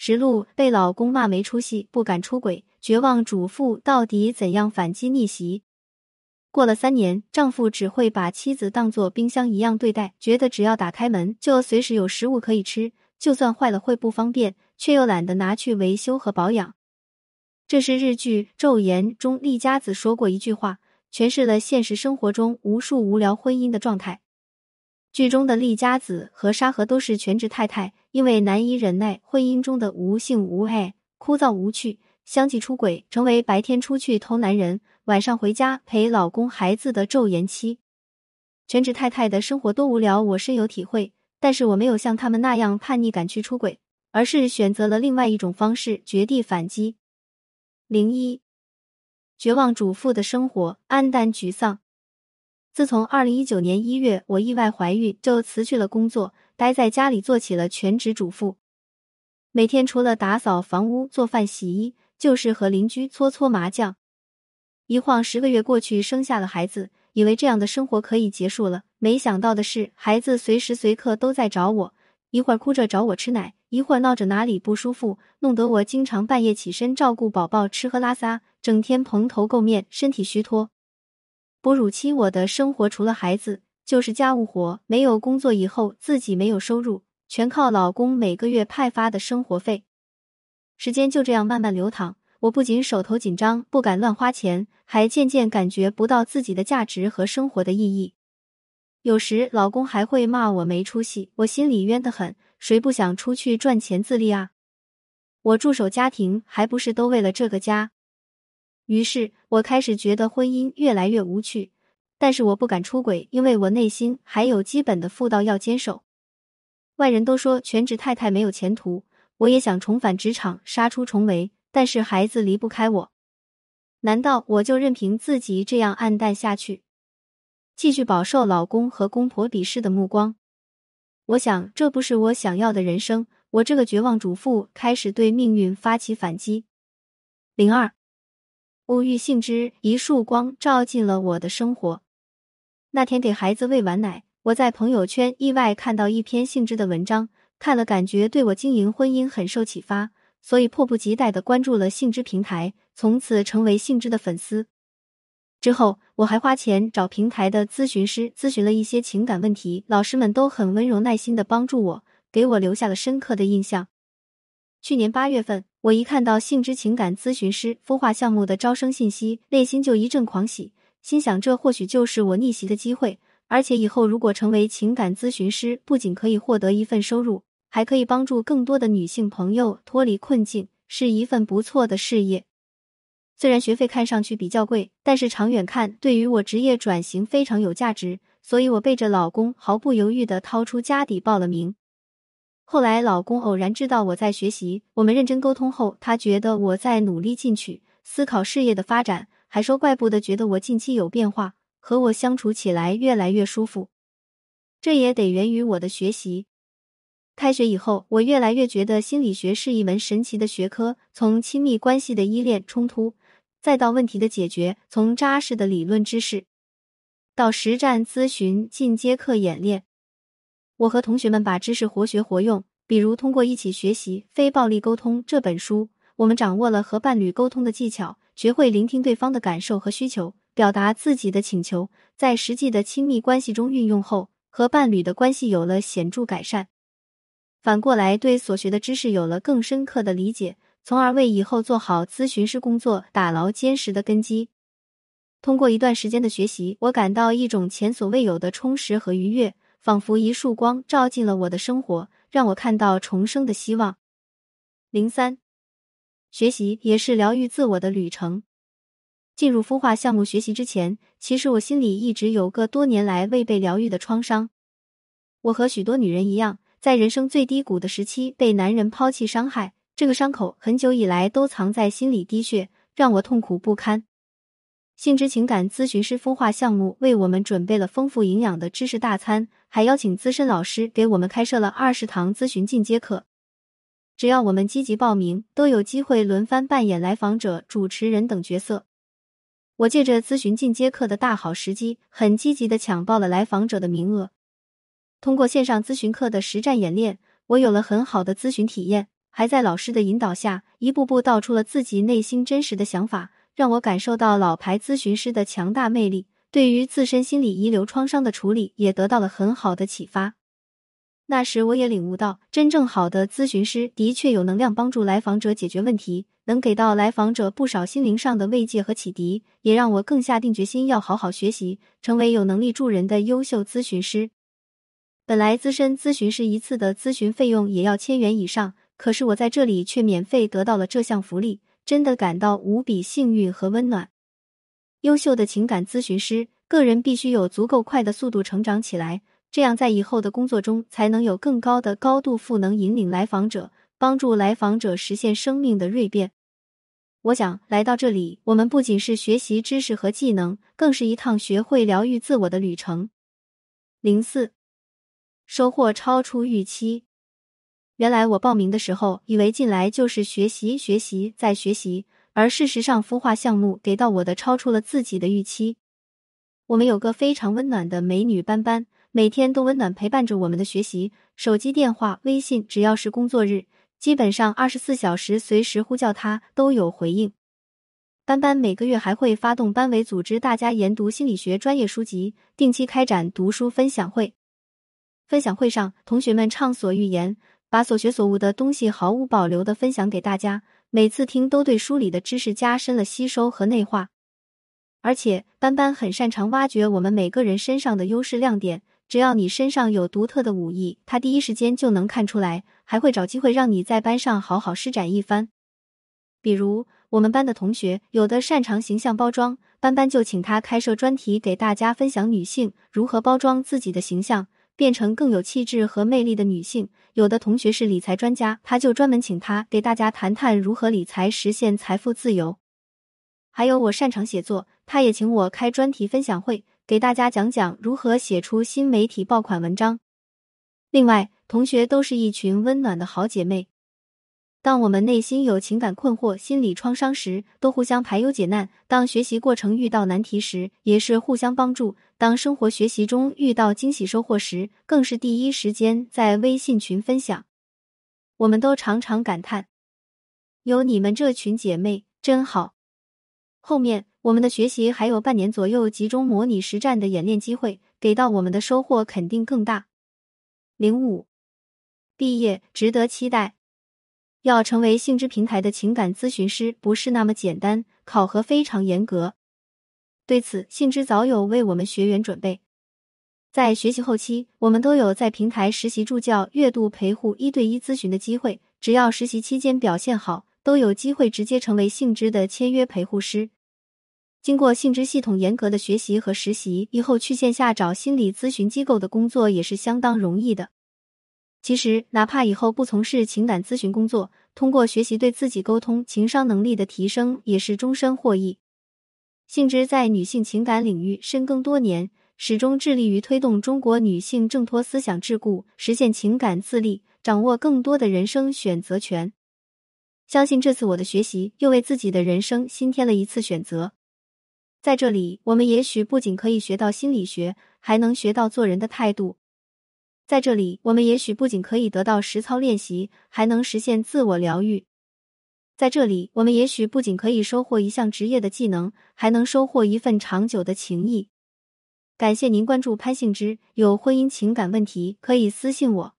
实录被老公骂没出息，不敢出轨，绝望主妇到底怎样反击逆袭？过了3年，丈夫只会把妻子当作冰箱一样对待，觉得只要打开门就随时有食物可以吃，就算坏了会不方便，却又懒得拿去维修和保养。这是日剧《昼颜》中丽佳子说过一句话，诠释了现实生活中无数无聊婚姻的状态。剧中的丽佳子和沙河都是全职太太，因为难以忍耐婚姻中的无性无爱、枯燥无趣，相继出轨，成为白天出去偷男人，晚上回家陪老公孩子的昼颜妻。全职太太的生活多无聊，我深有体会，但是我没有像他们那样叛逆赶去出轨，而是选择了另外一种方式，绝地反击。01绝望主妇的生活，黯淡沮丧。自从2019年1月我意外怀孕，就辞去了工作，待在家里做起了全职主妇。每天除了打扫房屋、做饭、洗衣，就是和邻居搓搓麻将。一晃10个月过去，生下了孩子，以为这样的生活可以结束了，没想到的是，孩子随时随刻都在找我，一会儿哭着找我吃奶，一会儿闹着哪里不舒服，弄得我经常半夜起身照顾宝宝吃喝拉撒，整天蓬头垢面，身体虚脱。哺乳期我的生活除了孩子就是家务活，没有工作以后自己没有收入，全靠老公每个月派发的生活费。时间就这样慢慢流淌，我不仅手头紧张，不敢乱花钱，还渐渐感觉不到自己的价值和生活的意义。有时老公还会骂我没出息，我心里冤得很，谁不想出去赚钱自立啊？我驻守家庭还不是都为了这个家？于是我开始觉得婚姻越来越无趣，但是我不敢出轨，因为我内心还有基本的妇道要坚守。外人都说全职太太没有前途，我也想重返职场，杀出重围，但是孩子离不开我。难道我就任凭自己这样黯淡下去，继续饱受老公和公婆鄙视的目光？我想这不是我想要的人生，我这个绝望主妇开始对命运发起反击。02物欲性之一束光照进了我的生活。那天给孩子喂完奶，我在朋友圈意外看到一篇性之的文章，看了感觉对我经营婚姻很受启发，所以迫不及待地关注了性之平台，从此成为性之的粉丝。之后我还花钱找平台的咨询师咨询了一些情感问题，老师们都很温柔耐心地帮助我，给我留下了深刻的印象。去年8月份，我一看到性之情感咨询师孵化项目的招生信息，内心就一阵狂喜，心想这或许就是我逆袭的机会，而且以后如果成为情感咨询师，不仅可以获得一份收入，还可以帮助更多的女性朋友脱离困境，是一份不错的事业。虽然学费看上去比较贵，但是长远看对于我职业转型非常有价值，所以我背着老公毫不犹豫地掏出家底报了名。后来老公偶然知道我在学习，我们认真沟通后，他觉得我在努力进取，思考事业的发展，还说怪不得觉得我近期有变化，和我相处起来越来越舒服。这也得源于我的学习。开学以后，我越来越觉得心理学是一门神奇的学科，从亲密关系的依恋冲突，再到问题的解决，从扎实的理论知识到实战咨询进阶课演练。我和同学们把知识活学活用，比如通过一起学习《非暴力沟通》这本书，我们掌握了和伴侣沟通的技巧，学会聆听对方的感受和需求，表达自己的请求，在实际的亲密关系中运用后，和伴侣的关系有了显著改善。反过来对所学的知识有了更深刻的理解，从而为以后做好咨询师工作打牢坚实的根基。通过一段时间的学习，我感到一种前所未有的充实和愉悦，仿佛一束光照进了我的生活，让我看到重生的希望。03学习也是疗愈自我的旅程。进入孵化项目学习之前，其实我心里一直有个多年来未被疗愈的创伤。我和许多女人一样，在人生最低谷的时期被男人抛弃伤害，这个伤口很久以来都藏在心里滴血，让我痛苦不堪。性之情感咨询师孵化项目为我们准备了丰富营养的知识大餐，还邀请资深老师给我们开设了20堂咨询进阶课。只要我们积极报名，都有机会轮番扮演来访者、主持人等角色。我借着咨询进阶课的大好时机，很积极地抢报了来访者的名额。通过线上咨询课的实战演练，我有了很好的咨询体验， 还在老师的引导下，一步步道出了自己内心真实的想法，让我感受到老牌咨询师的强大魅力，对于自身心理遗留创伤的处理也得到了很好的启发。那时我也领悟到，真正好的咨询师的确有能量帮助来访者解决问题，能给到来访者不少心灵上的慰藉和启迪，也让我更下定决心要好好学习，成为有能力助人的优秀咨询师。本来资深咨询师一次的咨询费用也要1000元以上，可是我在这里却免费得到了这项福利，真的感到无比幸运和温暖。优秀的情感咨询师，个人必须有足够快的速度成长起来，这样在以后的工作中才能有更高的高度赋能引领来访者，帮助来访者实现生命的蜕变。我想来到这里，我们不仅是学习知识和技能，更是一趟学会疗愈自我的旅程。04收获超出预期。原来我报名的时候，以为进来就是学习、学习再学习，而事实上孵化项目给到我的超出了自己的预期。我们有个非常温暖的美女班班，每天都温暖陪伴着我们的学习，手机电话、微信，只要是工作日，基本上24小时随时呼叫她都有回应。班班每个月还会发动班委组织大家研读心理学专业书籍，定期开展读书分享会。分享会上，同学们畅所欲言，把所学所悟的东西毫无保留地分享给大家，每次听都对书里的知识加深了吸收和内化。而且班班很擅长挖掘我们每个人身上的优势亮点，只要你身上有独特的武艺，他第一时间就能看出来，还会找机会让你在班上好好施展一番。比如我们班的同学有的擅长形象包装，班班就请他开设专题给大家分享女性如何包装自己的形象，变成更有气质和魅力的女性。有的同学是理财专家，他就专门请他给大家谈谈如何理财实现财富自由。还有我擅长写作，他也请我开专题分享会，给大家讲讲如何写出新媒体爆款文章。另外，同学都是一群温暖的好姐妹。当我们内心有情感困惑、心理创伤时，都互相排忧解难；当学习过程遇到难题时，也是互相帮助；当生活学习中遇到惊喜收获时，更是第一时间在微信群分享。我们都常常感叹，有你们这群姐妹真好。后面我们的学习还有半年左右集中模拟实战的演练机会，给到我们的收获肯定更大。05毕业值得期待。要成为性知平台的情感咨询师不是那么简单，考核非常严格。对此，性知早有为我们学员准备。在学习后期，我们都有在平台实习助教、月度陪护、1对1咨询的机会，只要实习期间表现好，都有机会直接成为性知的签约陪护师。经过性知系统严格的学习和实习，以后去线下找心理咨询机构的工作也是相当容易的。其实，哪怕以后不从事情感咨询工作，通过学习对自己沟通、情商能力的提升，也是终身获益。性知在女性情感领域深耕多年，始终致力于推动中国女性挣脱思想桎梏，实现情感自立，掌握更多的人生选择权。相信这次我的学习，又为自己的人生新添了一次选择。在这里，我们也许不仅可以学到心理学，还能学到做人的态度。在这里，我们也许不仅可以得到实操练习，还能实现自我疗愈。在这里，我们也许不仅可以收获一项职业的技能，还能收获一份长久的情谊。感谢您关注潘幸之，有婚姻情感问题可以私信我。